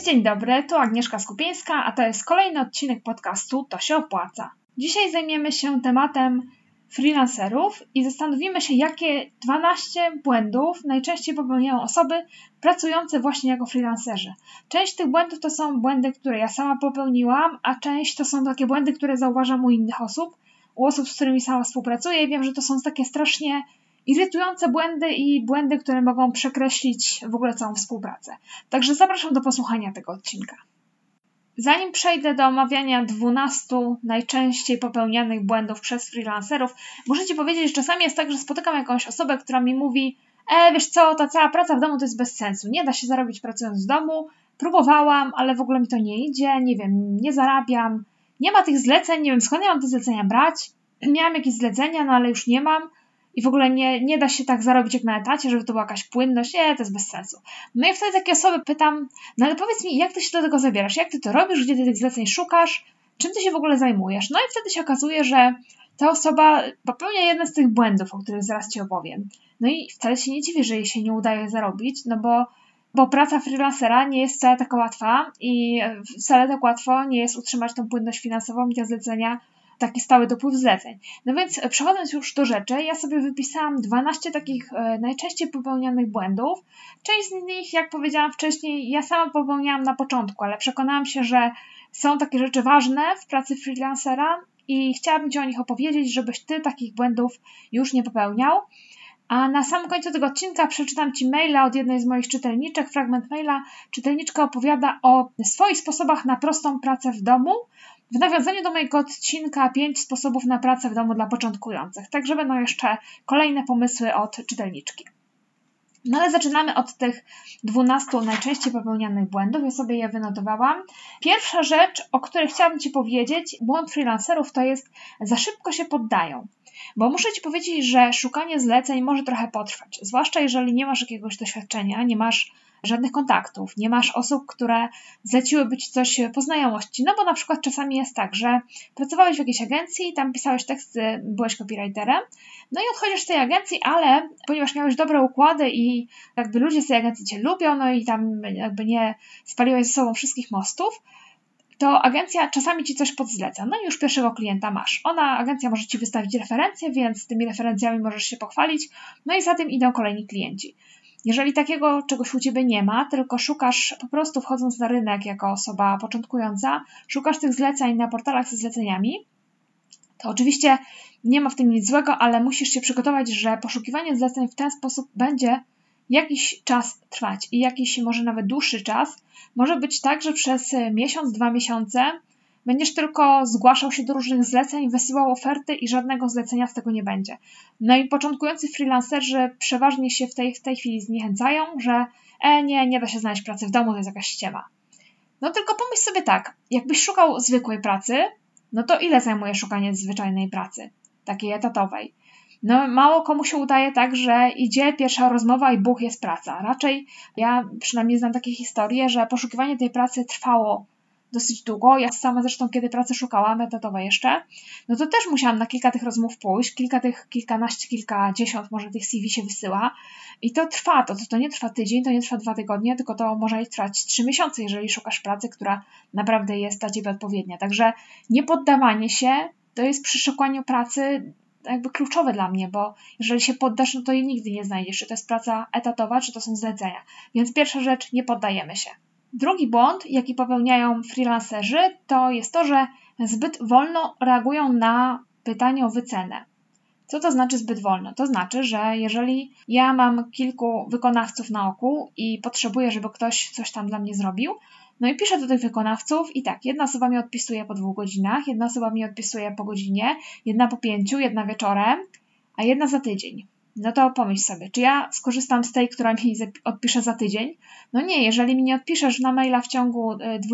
Dzień dobry, tu Agnieszka Skupieńska, a to jest kolejny odcinek podcastu To się opłaca. Dzisiaj zajmiemy się tematem freelancerów i zastanowimy się, jakie 12 błędów najczęściej popełniają osoby pracujące właśnie jako freelancerzy. Część tych błędów to są błędy, które ja sama popełniłam, a część to są takie błędy, które zauważam u innych osób, z którymi sama współpracuję i wiem, że to są takie strasznie irytujące błędy i błędy, które mogą przekreślić w ogóle całą współpracę. Także zapraszam do posłuchania tego odcinka. Zanim przejdę do omawiania 12 najczęściej popełnianych błędów przez freelancerów, muszę Ci powiedzieć, że czasami jest tak, że spotykam jakąś osobę, która mi mówi: wiesz co, ta cała praca w domu to jest bez sensu, nie da się zarobić pracując w domu, próbowałam, ale w ogóle mi to nie idzie, nie wiem, nie zarabiam, nie ma tych zleceń, nie wiem skąd ja mam te zlecenia brać, miałam jakieś zlecenia, no ale już nie mam. I w ogóle nie da się tak zarobić jak na etacie, żeby to była jakaś płynność. Nie, to jest bez sensu. No i wtedy takie osoby pytam, no ale powiedz mi, jak ty się do tego zabierasz? Jak ty to robisz? Gdzie ty tych zleceń szukasz? Czym ty się w ogóle zajmujesz? No i wtedy się okazuje, że ta osoba popełnia jeden z tych błędów, o których zaraz Ci opowiem. No i wcale się nie dziwię, że jej się nie udaje zarobić, no bo praca freelancera nie jest wcale taka łatwa i wcale tak łatwo nie jest utrzymać tą płynność finansową i te zlecenia, taki stały dopływ zleceń. No więc przechodząc już do rzeczy, ja sobie wypisałam 12 takich najczęściej popełnianych błędów. Część z nich, jak powiedziałam wcześniej, ja sama popełniałam na początku, ale przekonałam się, że są takie rzeczy ważne w pracy freelancera i chciałabym Ci o nich opowiedzieć, żebyś Ty takich błędów już nie popełniał. A na samym końcu tego odcinka przeczytam Ci maila od jednej z moich czytelniczek, fragment maila. Czytelniczka opowiada o swoich sposobach na prostą pracę w domu, w nawiązaniu do mojego odcinka 5 sposobów na pracę w domu dla początkujących. Także będą jeszcze kolejne pomysły od czytelniczki. No ale zaczynamy od tych 12 najczęściej popełnianych błędów. Ja sobie je wynotowałam. Pierwsza rzecz, o której chciałabym Ci powiedzieć, błąd freelancerów, to jest: za szybko się poddają. Bo muszę Ci powiedzieć, że szukanie zleceń może trochę potrwać. Zwłaszcza jeżeli nie masz jakiegoś doświadczenia, nie masz żadnych kontaktów, nie masz osób, które zleciłyby Ci coś po znajomości. No bo na przykład czasami jest tak, że pracowałeś w jakiejś agencji, tam pisałeś teksty, byłeś copywriterem, no i odchodzisz z tej agencji, ale ponieważ miałeś dobre układy i jakby ludzie z tej agencji Cię lubią, no i tam jakby nie spaliłeś ze sobą wszystkich mostów, to agencja czasami Ci coś podzleca. No i już pierwszego klienta masz. Agencja może Ci wystawić referencje, więc tymi referencjami możesz się pochwalić, no i za tym idą kolejni klienci. Jeżeli takiego czegoś u Ciebie nie ma, tylko szukasz po prostu, wchodząc na rynek jako osoba początkująca, szukasz tych zleceń na portalach ze zleceniami, to oczywiście nie ma w tym nic złego, ale musisz się przygotować, że poszukiwanie zleceń w ten sposób będzie jakiś czas trwać i jakiś może nawet dłuższy czas. Może być tak, że przez miesiąc, 2 miesiące będziesz tylko zgłaszał się do różnych zleceń, wysyłał oferty i żadnego zlecenia z tego nie będzie. No i początkujący freelancerzy przeważnie się w tej chwili zniechęcają, że nie da się znaleźć pracy w domu, to jest jakaś ściema. No tylko pomyśl sobie tak, jakbyś szukał zwykłej pracy, no to ile zajmuje szukanie zwyczajnej pracy, takiej etatowej? No mało komu się udaje tak, że idzie pierwsza rozmowa i buch, jest praca. Raczej ja przynajmniej znam takie historie, że poszukiwanie tej pracy trwało dosyć długo. Ja sama zresztą, kiedy pracy szukałam, etatowej jeszcze, no to też musiałam na kilka tych rozmów pójść, kilkanaście, kilkadziesiąt może tych CV się wysyła i to trwa, to nie trwa tydzień, to nie trwa 2 tygodnie, tylko to może trwać 3 miesiące, jeżeli szukasz pracy, która naprawdę jest dla Ciebie odpowiednia. Także niepoddawanie się to jest przy szukaniu pracy jakby kluczowe dla mnie, bo jeżeli się poddasz, no to jej nigdy nie znajdziesz, czy to jest praca etatowa, czy to są zlecenia. Więc pierwsza rzecz, nie poddajemy się. Drugi błąd, jaki popełniają freelancerzy, to jest to, że zbyt wolno reagują na pytanie o wycenę. Co to znaczy zbyt wolno? To znaczy, że jeżeli ja mam kilku wykonawców na oku i potrzebuję, żeby ktoś coś tam dla mnie zrobił, no i piszę do tych wykonawców i tak, jedna osoba mi odpisuje po 2 godzinach, jedna osoba mi odpisuje po godzinie, jedna po 5, jedna wieczorem, a jedna za tydzień. No to pomyśl sobie, czy ja skorzystam z tej, która mi odpisze za tydzień? No nie, jeżeli mi nie odpiszesz na maila w ciągu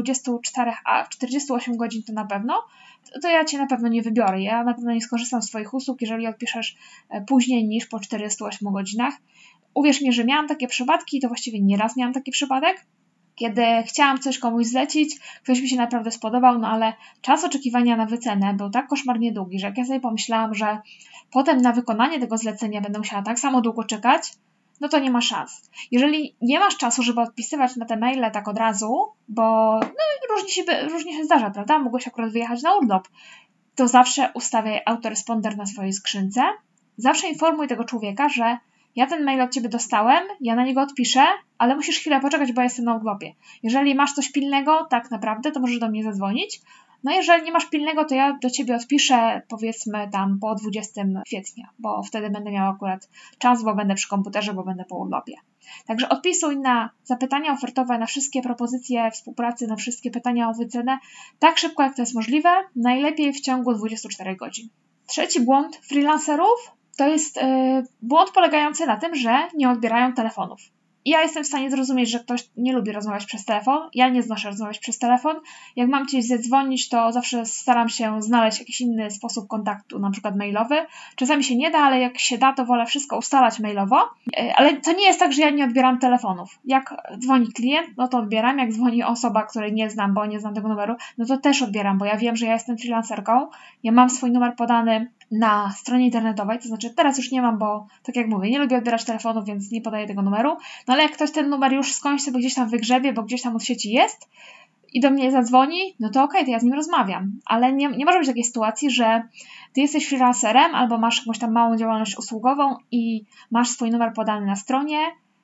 24 a 48 godzin, to na pewno, to ja Cię na pewno nie wybiorę. Ja na pewno nie skorzystam z Twoich usług, jeżeli odpiszesz później niż po 48 godzinach. Uwierz mi, że miałam takie przypadki, to właściwie nieraz miałam taki przypadek, kiedy chciałam coś komuś zlecić, ktoś mi się naprawdę spodobał, no ale czas oczekiwania na wycenę był tak koszmarnie długi, że jak ja sobie pomyślałam, że potem na wykonanie tego zlecenia będę musiała tak samo długo czekać, no to nie ma szans. Jeżeli nie masz czasu, żeby odpisywać na te maile tak od razu, bo no, różnie się zdarza, prawda? Mogłeś akurat wyjechać na urlop, to zawsze ustawiaj autoresponder na swojej skrzynce. Zawsze informuj tego człowieka, że ja ten mail od ciebie dostałem, ja na niego odpiszę, ale musisz chwilę poczekać, bo ja jestem na urlopie. Jeżeli masz coś pilnego, tak naprawdę, to możesz do mnie zadzwonić. No jeżeli nie masz pilnego, to ja do ciebie odpiszę, powiedzmy tam po 20 kwietnia, bo wtedy będę miała akurat czas, bo będę przy komputerze, bo będę po urlopie. Także odpisuj na zapytania ofertowe, na wszystkie propozycje współpracy, na wszystkie pytania o wycenę tak szybko, jak to jest możliwe, najlepiej w ciągu 24 godzin. Trzeci błąd freelancerów to jest błąd polegający na tym, że nie odbierają telefonów. I ja jestem w stanie zrozumieć, że ktoś nie lubi rozmawiać przez telefon. Ja nie znoszę rozmawiać przez telefon. Jak mam gdzieś zadzwonić, to zawsze staram się znaleźć jakiś inny sposób kontaktu, na przykład mailowy. Czasami się nie da, ale jak się da, to wolę wszystko ustalać mailowo. Ale to nie jest tak, że ja nie odbieram telefonów. Jak dzwoni klient, no to odbieram. Jak dzwoni osoba, której nie znam, bo nie znam tego numeru, no to też odbieram, bo ja wiem, że ja jestem freelancerką. Ja mam swój numer podany na stronie internetowej, to znaczy teraz już nie mam, bo tak jak mówię, nie lubię odbierać telefonów, więc nie podaję tego numeru, no ale jak ktoś ten numer już skądś sobie gdzieś tam wygrzebie, bo gdzieś tam od sieci jest i do mnie zadzwoni, no to okej, to ja z nim rozmawiam, ale nie może być takiej sytuacji, że ty jesteś freelancerem albo masz jakąś tam małą działalność usługową i masz swój numer podany na stronie,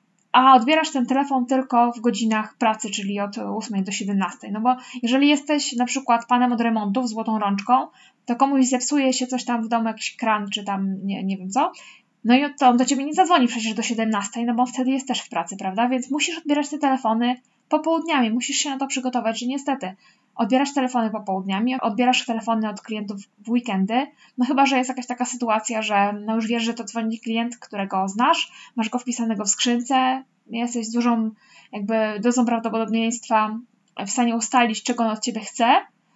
a odbierasz ten telefon tylko w godzinach pracy, czyli od 8 do 17. No bo jeżeli jesteś na przykład panem od remontów, złotą rączką, to komuś zepsuje się coś tam w domu, jakiś kran, czy tam nie wiem co, no i to on do ciebie nie zadzwoni przecież do 17, no bo on wtedy jest też w pracy, prawda? Więc musisz odbierać te telefony popołudniami, musisz się na to przygotować, że niestety odbierasz telefony popołudniami, odbierasz telefony od klientów w weekendy, no chyba, że jest jakaś taka sytuacja, że no już wiesz, że to dzwoni klient, którego znasz, masz go wpisanego w skrzynce, jesteś z dużą dozą prawdopodobieństwa w stanie ustalić, czego on od ciebie chce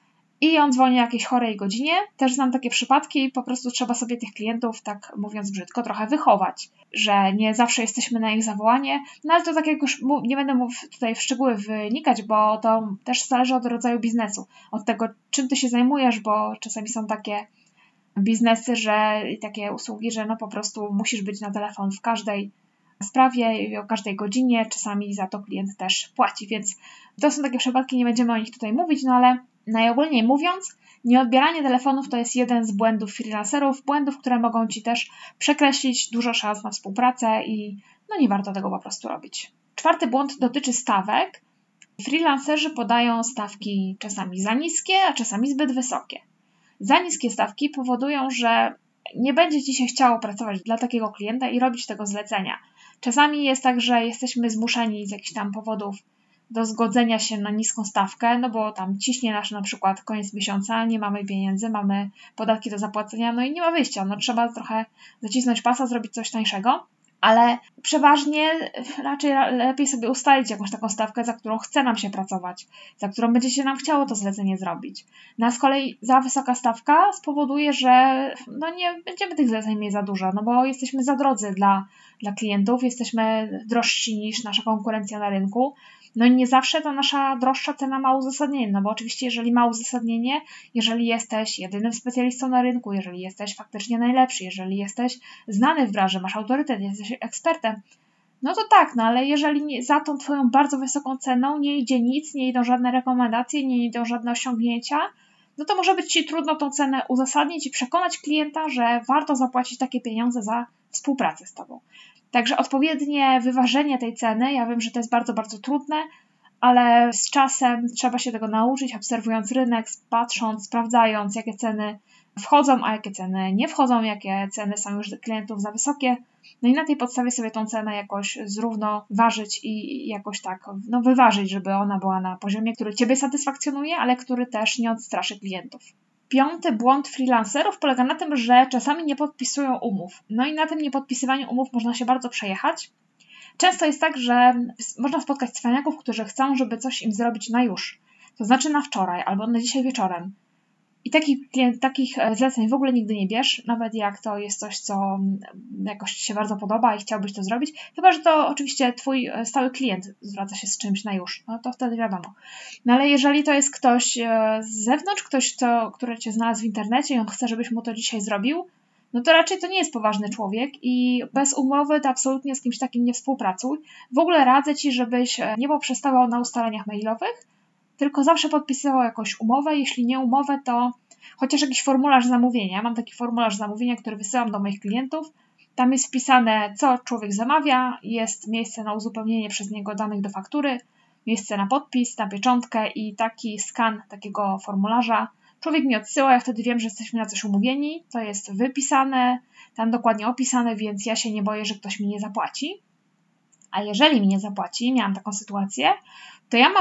i on dzwoni o jakiejś chorej godzinie. Też znam takie przypadki i po prostu trzeba sobie tych klientów, tak mówiąc brzydko, trochę wychować, że nie zawsze jesteśmy na ich zawołanie, no ale to tak jak już nie będę tutaj w szczegóły wynikać, bo to też zależy od rodzaju biznesu, od tego, czym ty się zajmujesz, bo czasami są takie biznesy, i takie usługi, że no po prostu musisz być na telefon w każdej sprawie i o każdej godzinie, czasami za to klient też płaci, więc to są takie przypadki, nie będziemy o nich tutaj mówić, no ale najogólniej mówiąc, nieodbieranie telefonów to jest jeden z błędów freelancerów, błędów, które mogą ci też przekreślić dużo szans na współpracę i no nie warto tego po prostu robić. Czwarty błąd dotyczy stawek. Freelancerzy podają stawki czasami za niskie, a czasami zbyt wysokie. Za niskie stawki powodują, że nie będzie ci się chciało pracować dla takiego klienta i robić tego zlecenia. Czasami jest tak, że jesteśmy zmuszeni z jakichś tam powodów do zgodzenia się na niską stawkę, no bo tam ciśnie nasz na przykład koniec miesiąca, nie mamy pieniędzy, mamy podatki do zapłacenia, no i nie ma wyjścia, no trzeba trochę zacisnąć pasa, zrobić coś tańszego, ale przeważnie raczej lepiej sobie ustalić jakąś taką stawkę, za którą chce nam się pracować, za którą będzie się nam chciało to zlecenie zrobić. No a z kolei za wysoka stawka spowoduje, że no nie będziemy tych zleceń mieć za dużo, no bo jesteśmy za drodzy dla klientów, jesteśmy drożsi niż nasza konkurencja na rynku. No i nie zawsze ta nasza droższa cena ma uzasadnienie, no bo oczywiście jeżeli ma uzasadnienie, jeżeli jesteś jedynym specjalistą na rynku, jeżeli jesteś faktycznie najlepszy, jeżeli jesteś znany w branży, masz autorytet, jesteś ekspertem, no to tak, no ale jeżeli za tą twoją bardzo wysoką ceną nie idzie nic, nie idą żadne rekomendacje, nie idą żadne osiągnięcia, no to może być ci trudno tą cenę uzasadnić i przekonać klienta, że warto zapłacić takie pieniądze za współpracę z tobą. Także odpowiednie wyważenie tej ceny, ja wiem, że to jest bardzo, bardzo trudne, ale z czasem trzeba się tego nauczyć, obserwując rynek, patrząc, sprawdzając, jakie ceny wchodzą, a jakie ceny nie wchodzą, jakie ceny są już dla klientów za wysokie. No i na tej podstawie sobie tą cenę jakoś zrównoważyć i jakoś tak wyważyć, żeby ona była na poziomie, który ciebie satysfakcjonuje, ale który też nie odstraszy klientów. Piąty błąd freelancerów polega na tym, że czasami nie podpisują umów. No i na tym niepodpisywaniu umów można się bardzo przejechać. Często jest tak, że można spotkać cwaniaków, którzy chcą, żeby coś im zrobić na już. To znaczy na wczoraj albo na dzisiaj wieczorem. I takich zleceń w ogóle nigdy nie bierz, nawet jak to jest coś, co jakoś ci się bardzo podoba i chciałbyś to zrobić. Chyba że to oczywiście twój stały klient zwraca się z czymś na już, no to wtedy wiadomo. No ale jeżeli to jest ktoś z zewnątrz, który cię znalazł w internecie i on chce, żebyś mu to dzisiaj zrobił, no to raczej to nie jest poważny człowiek i bez umowy to absolutnie z kimś takim nie współpracuj. W ogóle radzę Ci, żebyś nie poprzestawał na ustaleniach mailowych, tylko zawsze podpisywał jakąś umowę. Jeśli nie umowę, to chociaż jakiś formularz zamówienia. Mam taki formularz zamówienia, który wysyłam do moich klientów. Tam jest wpisane, co człowiek zamawia, jest miejsce na uzupełnienie przez niego danych do faktury, miejsce na podpis, na pieczątkę i taki skan takiego formularza człowiek mi odsyła, ja wtedy wiem, że jesteśmy na coś umówieni, to jest wypisane, tam dokładnie opisane, więc ja się nie boję, że ktoś mi nie zapłaci. A jeżeli mi nie zapłaci, miałam taką sytuację, to ja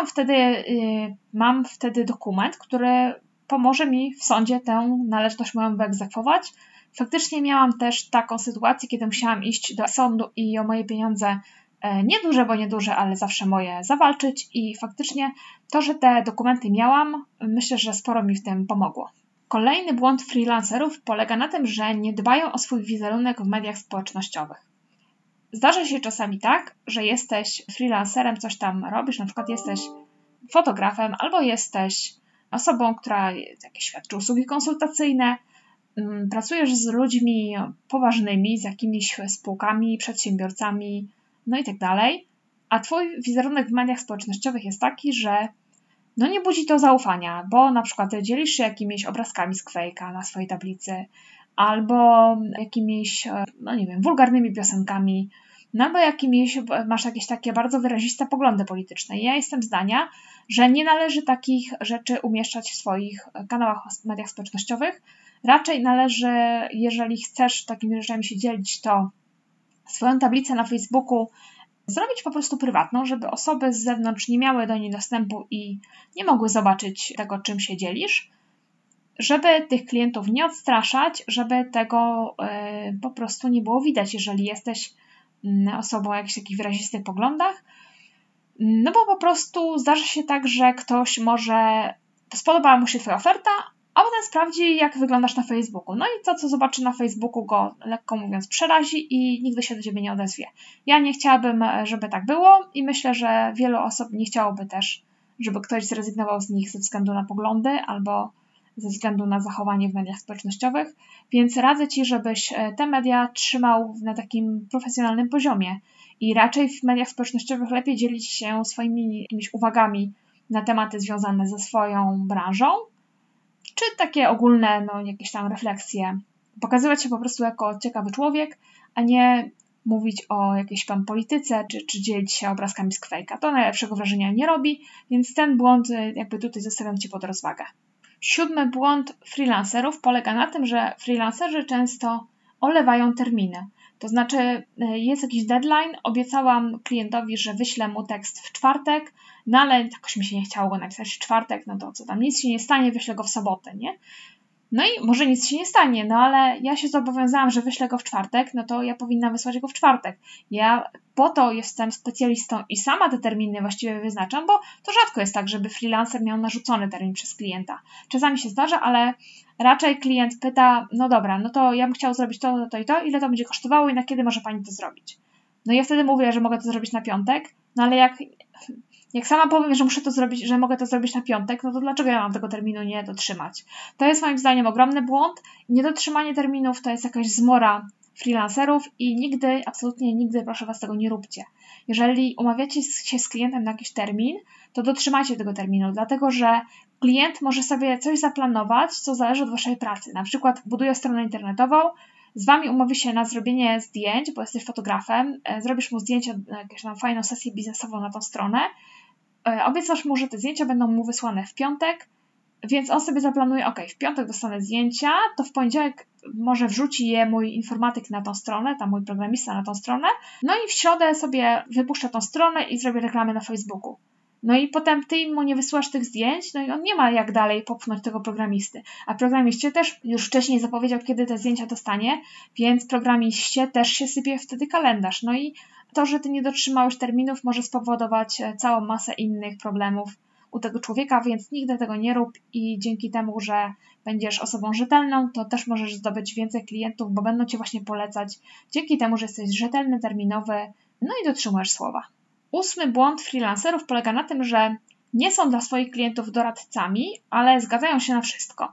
mam wtedy dokument, który pomoże mi w sądzie tę należność moją wyegzekwować. Faktycznie miałam też taką sytuację, kiedy musiałam iść do sądu i o moje pieniądze nieduże, bo nieduże, ale zawsze moje zawalczyć i faktycznie to, że te dokumenty miałam, myślę, że sporo mi w tym pomogło. Kolejny błąd freelancerów polega na tym, że nie dbają o swój wizerunek w mediach społecznościowych. Zdarza się czasami tak, że jesteś freelancerem, coś tam robisz, na przykład jesteś fotografem albo jesteś osobą, która jakieś świadczy usługi konsultacyjne, pracujesz z ludźmi poważnymi, z jakimiś spółkami, przedsiębiorcami, no i tak dalej, a Twój wizerunek w mediach społecznościowych jest taki, że no nie budzi to zaufania, bo na przykład dzielisz się jakimiś obrazkami z Quake'a na swojej tablicy, albo jakimiś, no nie wiem, wulgarnymi piosenkami, no albo masz jakieś takie bardzo wyraziste poglądy polityczne. I ja jestem zdania, że nie należy takich rzeczy umieszczać w swoich kanałach w mediach społecznościowych. Raczej należy, jeżeli chcesz takimi rzeczami się dzielić, to swoją tablicę na Facebooku zrobić po prostu prywatną, żeby osoby z zewnątrz nie miały do niej dostępu i nie mogły zobaczyć tego, czym się dzielisz, żeby tych klientów nie odstraszać, żeby tego po prostu nie było widać, jeżeli jesteś osobą o jakichś takich wyrazistych poglądach. No bo po prostu zdarza się tak, że ktoś może, spodobała mu się Twoja oferta, a potem sprawdzi, jak wyglądasz na Facebooku. No i to, co zobaczy na Facebooku, go, lekko mówiąc, przerazi i nigdy się do Ciebie nie odezwie. Ja nie chciałabym, żeby tak było i myślę, że wielu osób nie chciałoby też, żeby ktoś zrezygnował z nich ze względu na poglądy albo ze względu na zachowanie w mediach społecznościowych, więc radzę Ci, żebyś te media trzymał na takim profesjonalnym poziomie i raczej w mediach społecznościowych lepiej dzielić się swoimi jakimiś uwagami na tematy związane ze swoją branżą, czy takie ogólne, no jakieś tam refleksje. Pokazywać się po prostu jako ciekawy człowiek, a nie mówić o jakiejś tam polityce, czy dzielić się obrazkami z Quake'a. To najlepszego wrażenia nie robi, więc ten błąd jakby tutaj zostawiam Ci pod rozwagę. 7. błąd freelancerów polega na tym, że freelancerzy często olewają terminy. To znaczy jest jakiś deadline, obiecałam klientowi, że wyślę mu tekst w czwartek, no ale jakoś mi się nie chciało go napisać w czwartek, no to co tam, nic się nie stanie, wyślę go w sobotę, nie? No i może nic się nie stanie, no ale ja się zobowiązałam, że wyślę go w czwartek, no to ja powinna wysłać go w czwartek. Ja po to jestem specjalistą i sama te terminy właściwie wyznaczam, bo to rzadko jest tak, żeby freelancer miał narzucony termin przez klienta. Czasami się zdarza, ale raczej klient pyta, no dobra, no to ja bym chciał zrobić to i to, ile to będzie kosztowało i na kiedy może Pani to zrobić? No i ja wtedy mówię, że mogę to zrobić na piątek, no ale jak sama powiem, że muszę to zrobić, że mogę to zrobić na piątek, no to dlaczego ja mam tego terminu nie dotrzymać? To jest moim zdaniem ogromny błąd. Niedotrzymanie terminów to jest jakaś zmora freelancerów i nigdy, absolutnie nigdy, proszę Was, tego nie róbcie. Jeżeli umawiacie się z klientem na jakiś termin, to dotrzymajcie tego terminu, dlatego że klient może sobie coś zaplanować, co zależy od Waszej pracy. Na przykład buduje stronę internetową, z Wami umówi się na zrobienie zdjęć, bo jesteś fotografem, zrobisz mu zdjęcie, jakąś tam fajną sesję biznesową na tą stronę, obiecasz mu, że te zdjęcia będą mu wysłane w piątek, więc on sobie zaplanuje, w piątek dostanę zdjęcia, to w poniedziałek może wrzuci je mój informatyk na tą stronę, tam mój programista na tą stronę, no i w środę sobie wypuszczę tą stronę i zrobię reklamę na Facebooku. No i potem ty mu nie wysyłasz tych zdjęć, no i on nie ma jak dalej popchnąć tego programisty. A programiście też już wcześniej zapowiedział, kiedy te zdjęcia dostanie, więc programiście też się sypie wtedy kalendarz. No i to, że ty nie dotrzymałeś terminów, może spowodować całą masę innych problemów u tego człowieka, więc nigdy tego nie rób i dzięki temu, że będziesz osobą rzetelną, to też możesz zdobyć więcej klientów, bo będą cię właśnie polecać dzięki temu, że jesteś rzetelny, terminowy, no i dotrzymujesz słowa. 8. błąd freelancerów polega na tym, że nie są dla swoich klientów doradcami, ale zgadzają się na wszystko.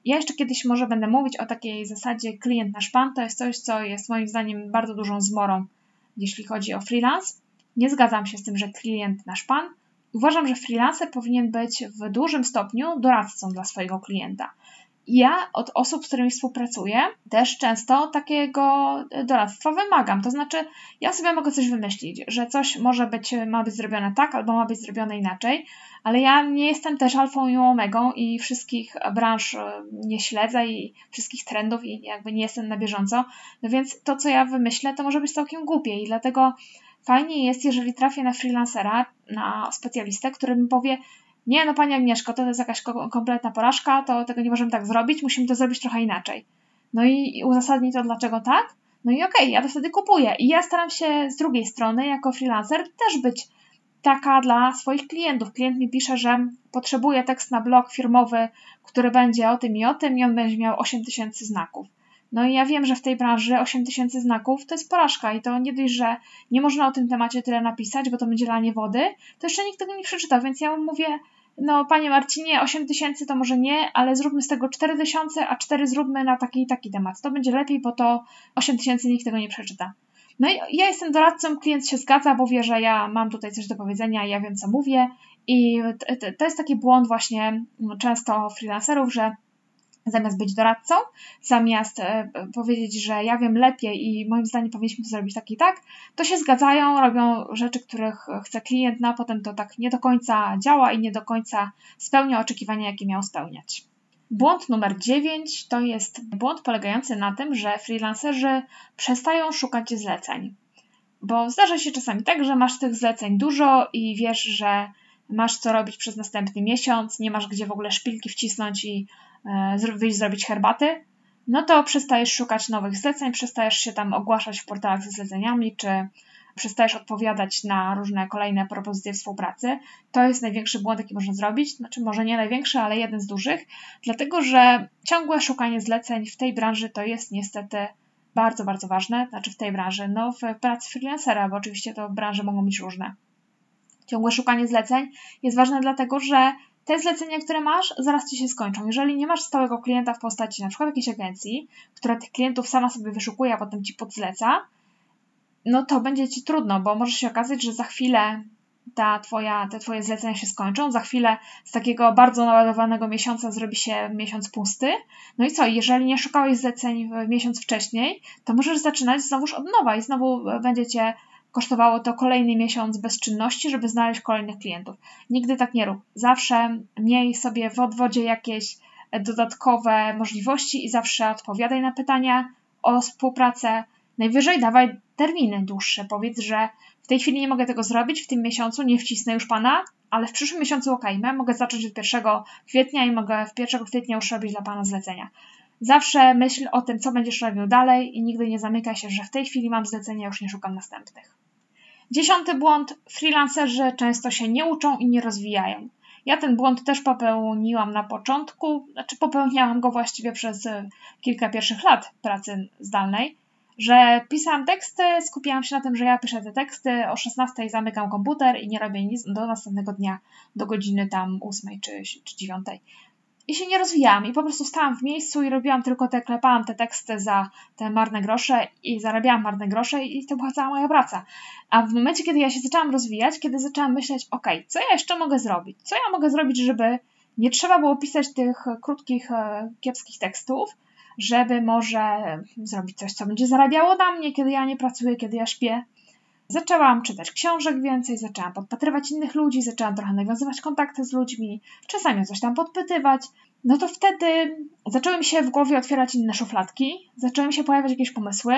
Ja jeszcze kiedyś może będę mówić o takiej zasadzie klient nasz pan. To jest coś, co jest moim zdaniem bardzo dużą zmorą, jeśli chodzi o freelance. Nie zgadzam się z tym, że klient nasz pan. Uważam, że freelancer powinien być w dużym stopniu doradcą dla swojego klienta. Ja od osób, z którymi współpracuję, też często takiego doradztwa wymagam. To znaczy, ja sobie mogę coś wymyślić, że coś ma być zrobione tak, albo ma być zrobione inaczej, ale ja nie jestem też alfą i omegą i wszystkich branż nie śledzę i wszystkich trendów i jakby nie jestem na bieżąco. No więc to, co ja wymyślę, to może być całkiem głupie i dlatego fajnie jest, jeżeli trafię na freelancera, na specjalistę, który mi powie: nie, no Pani Agnieszko, to jest jakaś kompletna porażka, to tego nie możemy tak zrobić, musimy to zrobić trochę inaczej. No i uzasadni to, dlaczego tak? No i okej, ja to wtedy kupuję. I ja staram się z drugiej strony, jako freelancer, też być taka dla swoich klientów. Klient mi pisze, że potrzebuje tekst na blog firmowy, który będzie o tym i on będzie miał 8000 znaków. No i ja wiem, że w tej branży 8000 znaków to jest porażka i to nie dość, że nie można o tym temacie tyle napisać, bo to będzie lanie wody, to jeszcze nikt tego nie przeczyta, więc ja mu mówię: no Panie Marcinie, 8000 to może nie, ale zróbmy z tego 4000, a 4 zróbmy na taki i taki temat. To będzie lepiej, bo to 8000 nikt tego nie przeczyta. No i ja jestem doradcą, klient się zgadza, bo wie, że ja mam tutaj coś do powiedzenia i ja wiem, co mówię i to jest taki błąd właśnie często freelancerów, że zamiast być doradcą, zamiast powiedzieć, że ja wiem lepiej i moim zdaniem powinniśmy to zrobić tak i tak, to się zgadzają, robią rzeczy, których chce klient, no a potem to tak nie do końca działa i nie do końca spełnia oczekiwania, jakie miał spełniać. Błąd numer 9 to jest błąd polegający na tym, że freelancerzy przestają szukać zleceń. Bo zdarza się czasami tak, że masz tych zleceń dużo i wiesz, że masz co robić przez następny miesiąc, nie masz gdzie w ogóle szpilki wcisnąć i wyjść zrobić herbaty, no to przestajesz szukać nowych zleceń, przestajesz się tam ogłaszać w portalach ze zleceniami, czy przestajesz odpowiadać na różne kolejne propozycje współpracy. To jest największy błąd, jaki można zrobić, znaczy może nie największy, ale jeden z dużych, dlatego że ciągłe szukanie zleceń w tej branży to jest niestety bardzo, bardzo ważne, znaczy w tej branży, no w pracy freelancera, bo oczywiście to branże mogą być różne. Ciągłe szukanie zleceń jest ważne dlatego, że te zlecenia, które masz, zaraz Ci się skończą. Jeżeli nie masz stałego klienta w postaci na przykład jakiejś agencji, która tych klientów sama sobie wyszukuje, a potem Ci podzleca, no to będzie Ci trudno, bo może się okazać, że za chwilę te Twoje zlecenia się skończą, za chwilę z takiego bardzo naładowanego miesiąca zrobi się miesiąc pusty. No i co, jeżeli nie szukałeś zleceń miesiąc wcześniej, to możesz zaczynać znowuż od nowa i znowu będzie Cię kosztowało to kolejny miesiąc bezczynności, żeby znaleźć kolejnych klientów. Nigdy tak nie rób. Zawsze miej sobie w odwodzie jakieś dodatkowe możliwości i zawsze odpowiadaj na pytania o współpracę. Najwyżej dawaj terminy dłuższe. Powiedz, że w tej chwili nie mogę tego zrobić, w tym miesiącu nie wcisnę już Pana, ale w przyszłym miesiącu mogę zacząć od 1 kwietnia i mogę w 1 kwietnia już robić dla Pana zlecenia. Zawsze myśl o tym, co będziesz robił dalej i nigdy nie zamykaj się, że w tej chwili mam zlecenia, już nie szukam następnych. 10. błąd. Freelancerzy często się nie uczą i nie rozwijają. Ja ten błąd też popełniłam na początku, popełniałam go właściwie przez kilka pierwszych lat pracy zdalnej, że pisałam teksty, skupiałam się na tym, że ja piszę te teksty, o 16 zamykam komputer i nie robię nic do następnego dnia, do godziny tam 8 czy 9. I się nie rozwijałam i po prostu stałam w miejscu i robiłam tylko klepałam te teksty za te marne grosze i zarabiałam marne grosze i to była cała moja praca. A w momencie, kiedy ja się zaczęłam rozwijać, kiedy zaczęłam myśleć, co ja jeszcze mogę zrobić? Co ja mogę zrobić, żeby nie trzeba było pisać tych krótkich, kiepskich tekstów, żeby może zrobić coś, co będzie zarabiało na mnie, kiedy ja nie pracuję, kiedy ja śpię. Zaczęłam czytać książek więcej, zaczęłam podpatrywać innych ludzi, zaczęłam trochę nawiązywać kontakty z ludźmi, czasami o coś tam podpytywać. No to wtedy zaczęły mi się w głowie otwierać inne szufladki, zaczęły mi się pojawiać jakieś pomysły.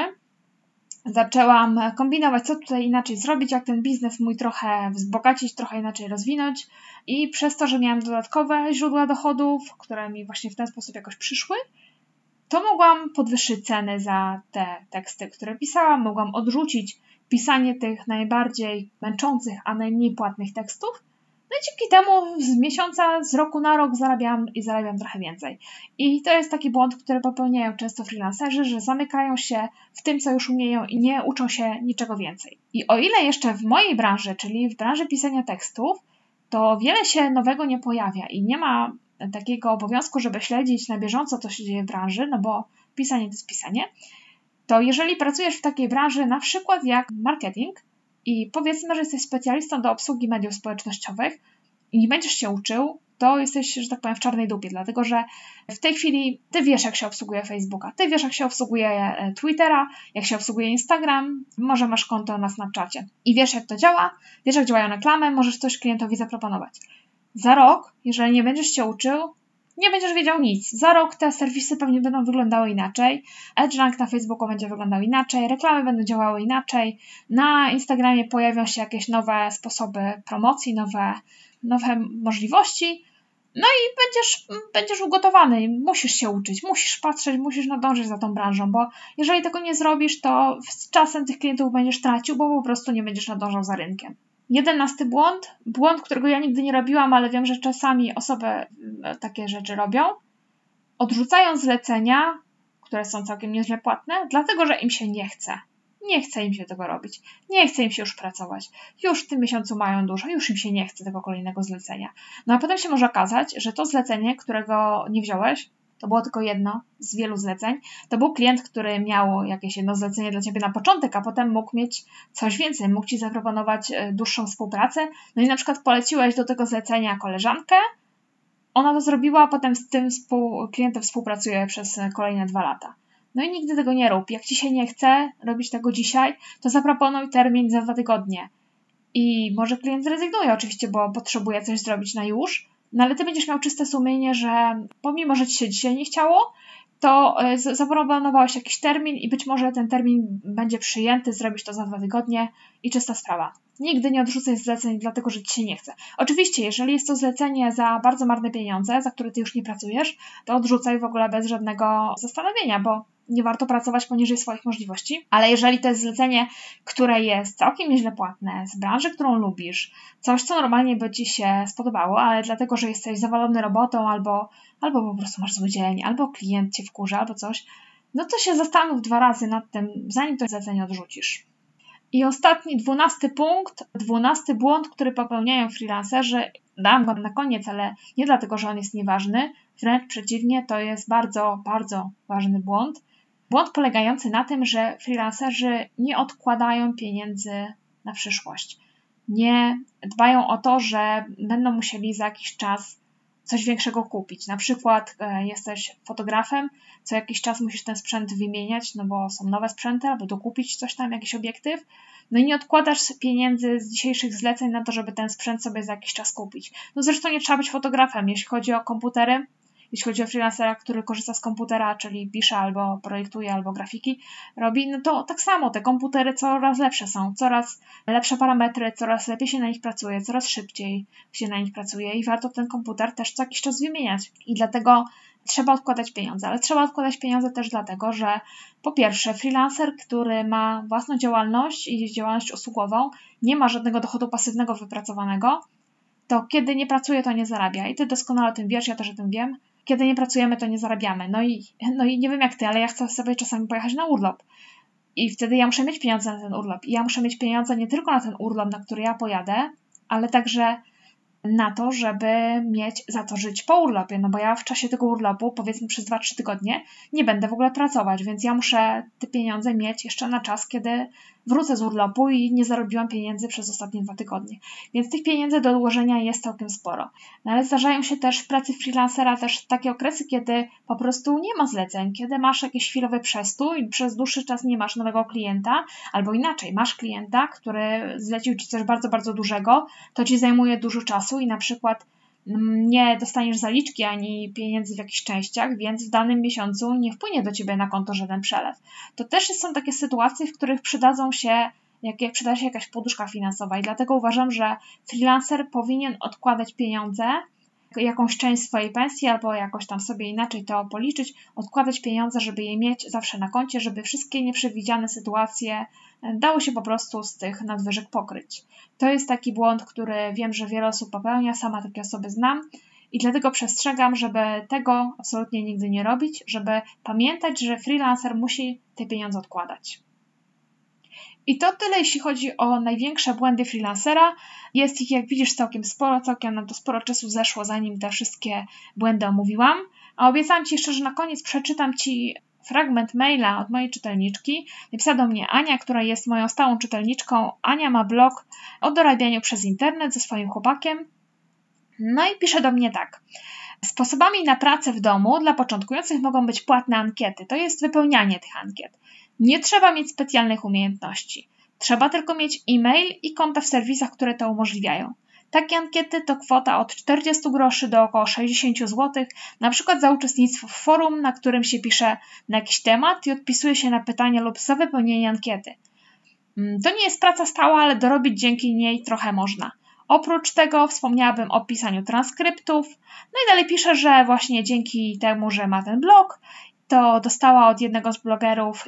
Zaczęłam kombinować, co tutaj inaczej zrobić, jak ten biznes mój trochę wzbogacić, trochę inaczej rozwinąć. I przez to, że miałam dodatkowe źródła dochodów, które mi właśnie w ten sposób jakoś przyszły, to mogłam podwyższyć ceny za te teksty, które pisałam, mogłam odrzucić pisanie tych najbardziej męczących, a najmniej płatnych tekstów. No i dzięki temu z miesiąca, z roku na rok zarabiam trochę więcej. I to jest taki błąd, który popełniają często freelancerzy, że zamykają się w tym, co już umieją i nie uczą się niczego więcej. I o ile jeszcze w mojej branży, czyli w branży pisania tekstów, to wiele się nowego nie pojawia i nie ma takiego obowiązku, żeby śledzić na bieżąco, co się dzieje w branży, no bo pisanie to jest pisanie, to jeżeli pracujesz w takiej branży, na przykład jak marketing i powiedzmy, że jesteś specjalistą do obsługi mediów społecznościowych i nie będziesz się uczył, to jesteś, że tak powiem, w czarnej dupie, dlatego że w tej chwili ty wiesz, jak się obsługuje Facebooka, ty wiesz, jak się obsługuje Twittera, jak się obsługuje Instagram, może masz konto na Snapchacie i wiesz, jak to działa, wiesz, jak działają reklamy, możesz coś klientowi zaproponować. Za rok, jeżeli nie będziesz się uczył, nie będziesz wiedział nic. Za rok te serwisy pewnie będą wyglądały inaczej, EdgeRank na Facebooku będzie wyglądał inaczej, reklamy będą działały inaczej, na Instagramie pojawią się jakieś nowe sposoby promocji, nowe możliwości, no i będziesz ugotowany, musisz się uczyć, musisz patrzeć, musisz nadążyć za tą branżą, bo jeżeli tego nie zrobisz, to z czasem tych klientów będziesz tracił, bo po prostu nie będziesz nadążał za rynkiem. 11 błąd, którego ja nigdy nie robiła, ale wiem, że czasami osoby takie rzeczy robią, odrzucają zlecenia, które są całkiem nieźle płatne, dlatego, że im się nie chce. Nie chce im się tego robić. Nie chce im się już pracować. Już w tym miesiącu mają dużo, już im się nie chce tego kolejnego zlecenia. No a potem się może okazać, że to zlecenie, którego nie wziąłeś, to było tylko jedno z wielu zleceń. To był klient, który miał jakieś jedno zlecenie dla ciebie na początek, a potem mógł mieć coś więcej, mógł ci zaproponować dłuższą współpracę. No i na przykład poleciłeś do tego zlecenia koleżankę, ona to zrobiła, a potem z tym klientem współpracuje przez kolejne 2 lata. No i nigdy tego nie rób. Jak ci się nie chce robić tego dzisiaj, to zaproponuj termin za 2 tygodnie. I może klient zrezygnuje oczywiście, bo potrzebuje coś zrobić na już, no ale ty będziesz miał czyste sumienie, że pomimo, że ci się dzisiaj nie chciało, to zaproponowałeś jakiś termin i być może ten termin będzie przyjęty, zrobisz to za 2 tygodnie i czysta sprawa. Nigdy nie odrzucaj zleceń, dlatego że ci się nie chce. Oczywiście, jeżeli jest to zlecenie za bardzo marne pieniądze, za które ty już nie pracujesz, to odrzucaj w ogóle bez żadnego zastanowienia, bo nie warto pracować poniżej swoich możliwości. Ale jeżeli to jest zlecenie, które jest całkiem nieźle płatne, z branży, którą lubisz, coś, co normalnie by ci się spodobało, ale dlatego, że jesteś zawalony robotą albo po prostu masz zły dzień, albo klient cię wkurza, albo coś, no to się zastanów 2 razy nad tym, zanim to zlecenie odrzucisz. I ostatni, 12 punkt, 12 błąd, który popełniają freelancerzy. Dam go na koniec, ale nie dlatego, że on jest nieważny, wręcz przeciwnie, to jest bardzo, bardzo ważny błąd. Błąd polegający na tym, że freelancerzy nie odkładają pieniędzy na przyszłość. Nie dbają o to, że będą musieli za jakiś czas coś większego kupić. Na przykład jesteś fotografem, co jakiś czas musisz ten sprzęt wymieniać, no bo są nowe sprzęty, albo dokupić coś tam, jakiś obiektyw. No i nie odkładasz pieniędzy z dzisiejszych zleceń na to, żeby ten sprzęt sobie za jakiś czas kupić. No zresztą nie trzeba być fotografem, jeśli chodzi o komputery. Jeśli chodzi o freelancera, który korzysta z komputera, czyli pisze albo projektuje, albo grafiki robi, no to tak samo te komputery coraz lepsze są, coraz lepsze parametry, coraz lepiej się na nich pracuje, coraz szybciej się na nich pracuje i warto ten komputer też co jakiś czas wymieniać. I dlatego trzeba odkładać pieniądze, ale trzeba odkładać pieniądze też dlatego, że po pierwsze freelancer, który ma własną działalność i działalność usługową, nie ma żadnego dochodu pasywnego wypracowanego, to kiedy nie pracuje, to nie zarabia. I ty doskonale o tym wiesz, ja też o tym wiem. Kiedy nie pracujemy, to nie zarabiamy. No i nie wiem jak ty, ale ja chcę sobie czasami pojechać na urlop. I wtedy ja muszę mieć pieniądze na ten urlop. I ja muszę mieć pieniądze nie tylko na ten urlop, na który ja pojadę, ale także na to, żeby mieć za co żyć po urlopie, no bo ja w czasie tego urlopu, powiedzmy przez 2-3 tygodnie, nie będę w ogóle pracować, więc ja muszę te pieniądze mieć jeszcze na czas, kiedy wrócę z urlopu i nie zarobiłam pieniędzy przez ostatnie 2 tygodnie. Więc tych pieniędzy do odłożenia jest całkiem sporo. No ale zdarzają się też w pracy freelancera też takie okresy, kiedy po prostu nie ma zleceń, kiedy masz jakiś chwilowy przestój i przez dłuższy czas nie masz nowego klienta, albo inaczej, masz klienta, który zlecił ci coś bardzo, bardzo dużego, to ci zajmuje dużo czasu i na przykład nie dostaniesz zaliczki ani pieniędzy w jakichś częściach, więc w danym miesiącu nie wpłynie do ciebie na konto żaden przelew. To też są takie sytuacje, w których przyda się jakaś poduszka finansowa i dlatego uważam, że freelancer powinien odkładać pieniądze, jakąś część swojej pensji albo jakoś tam sobie inaczej to policzyć, odkładać pieniądze, żeby je mieć zawsze na koncie, żeby wszystkie nieprzewidziane sytuacje dało się po prostu z tych nadwyżek pokryć. To jest taki błąd, który wiem, że wiele osób popełnia, sama takie osoby znam i dlatego przestrzegam, żeby tego absolutnie nigdy nie robić, żeby pamiętać, że freelancer musi te pieniądze odkładać. I to tyle, jeśli chodzi o największe błędy freelancera. Jest ich, jak widzisz, całkiem sporo, całkiem nam to sporo czasu zeszło, zanim te wszystkie błędy omówiłam. A obiecałam Ci jeszcze, że na koniec przeczytam Ci fragment maila od mojej czytelniczki. Napisała do mnie Ania, która jest moją stałą czytelniczką. Ania ma blog o dorabianiu przez internet ze swoim chłopakiem. No i pisze do mnie tak. Sposobami na pracę w domu dla początkujących mogą być płatne ankiety. To jest wypełnianie tych ankiet. Nie trzeba mieć specjalnych umiejętności. Trzeba tylko mieć e-mail i konta w serwisach, które to umożliwiają. Takie ankiety to kwota od 40 groszy do około 60 zł, na przykład za uczestnictwo w forum, na którym się pisze na jakiś temat i odpisuje się na pytania lub za wypełnienie ankiety. To nie jest praca stała, ale dorobić dzięki niej trochę można. Oprócz tego wspomniałabym o pisaniu transkryptów. No i dalej pisze, że właśnie dzięki temu, że ma ten blog, to dostała od jednego z blogerów,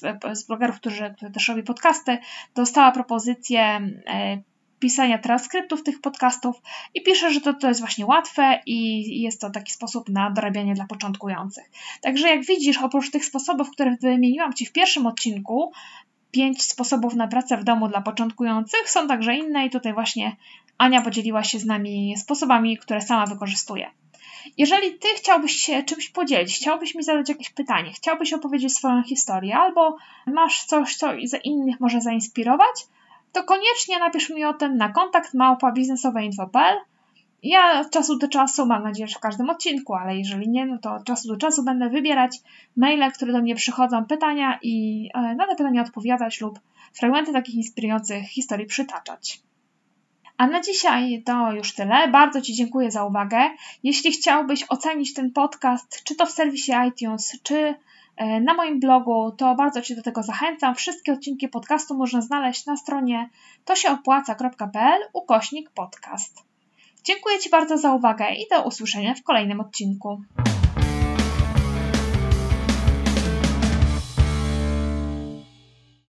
który też robi podcasty, dostała propozycję pisania transkryptów tych podcastów i pisze, że to jest właśnie łatwe i jest to taki sposób na dorabianie dla początkujących. Także jak widzisz, oprócz tych sposobów, które wymieniłam Ci w pierwszym odcinku, 5 sposobów na pracę w domu dla początkujących, są także inne i tutaj właśnie Ania podzieliła się z nami sposobami, które sama wykorzystuje. Jeżeli Ty chciałbyś się czymś podzielić, chciałbyś mi zadać jakieś pytanie, chciałbyś opowiedzieć swoją historię albo masz coś, co innych może zainspirować, to koniecznie napisz mi o tym na kontakt@biznesowe.info.pl. Ja od czasu do czasu, mam nadzieję, że w każdym odcinku, ale jeżeli nie, no to od czasu do czasu będę wybierać maile, które do mnie przychodzą, pytania i na te pytania odpowiadać lub fragmenty takich inspirujących historii przytaczać. A na dzisiaj to już tyle. Bardzo Ci dziękuję za uwagę. Jeśli chciałbyś ocenić ten podcast, czy to w serwisie iTunes, czy na moim blogu, to bardzo Cię do tego zachęcam. Wszystkie odcinki podcastu można znaleźć na stronie tosieopłaca.pl/podcast. Dziękuję Ci bardzo za uwagę i do usłyszenia w kolejnym odcinku.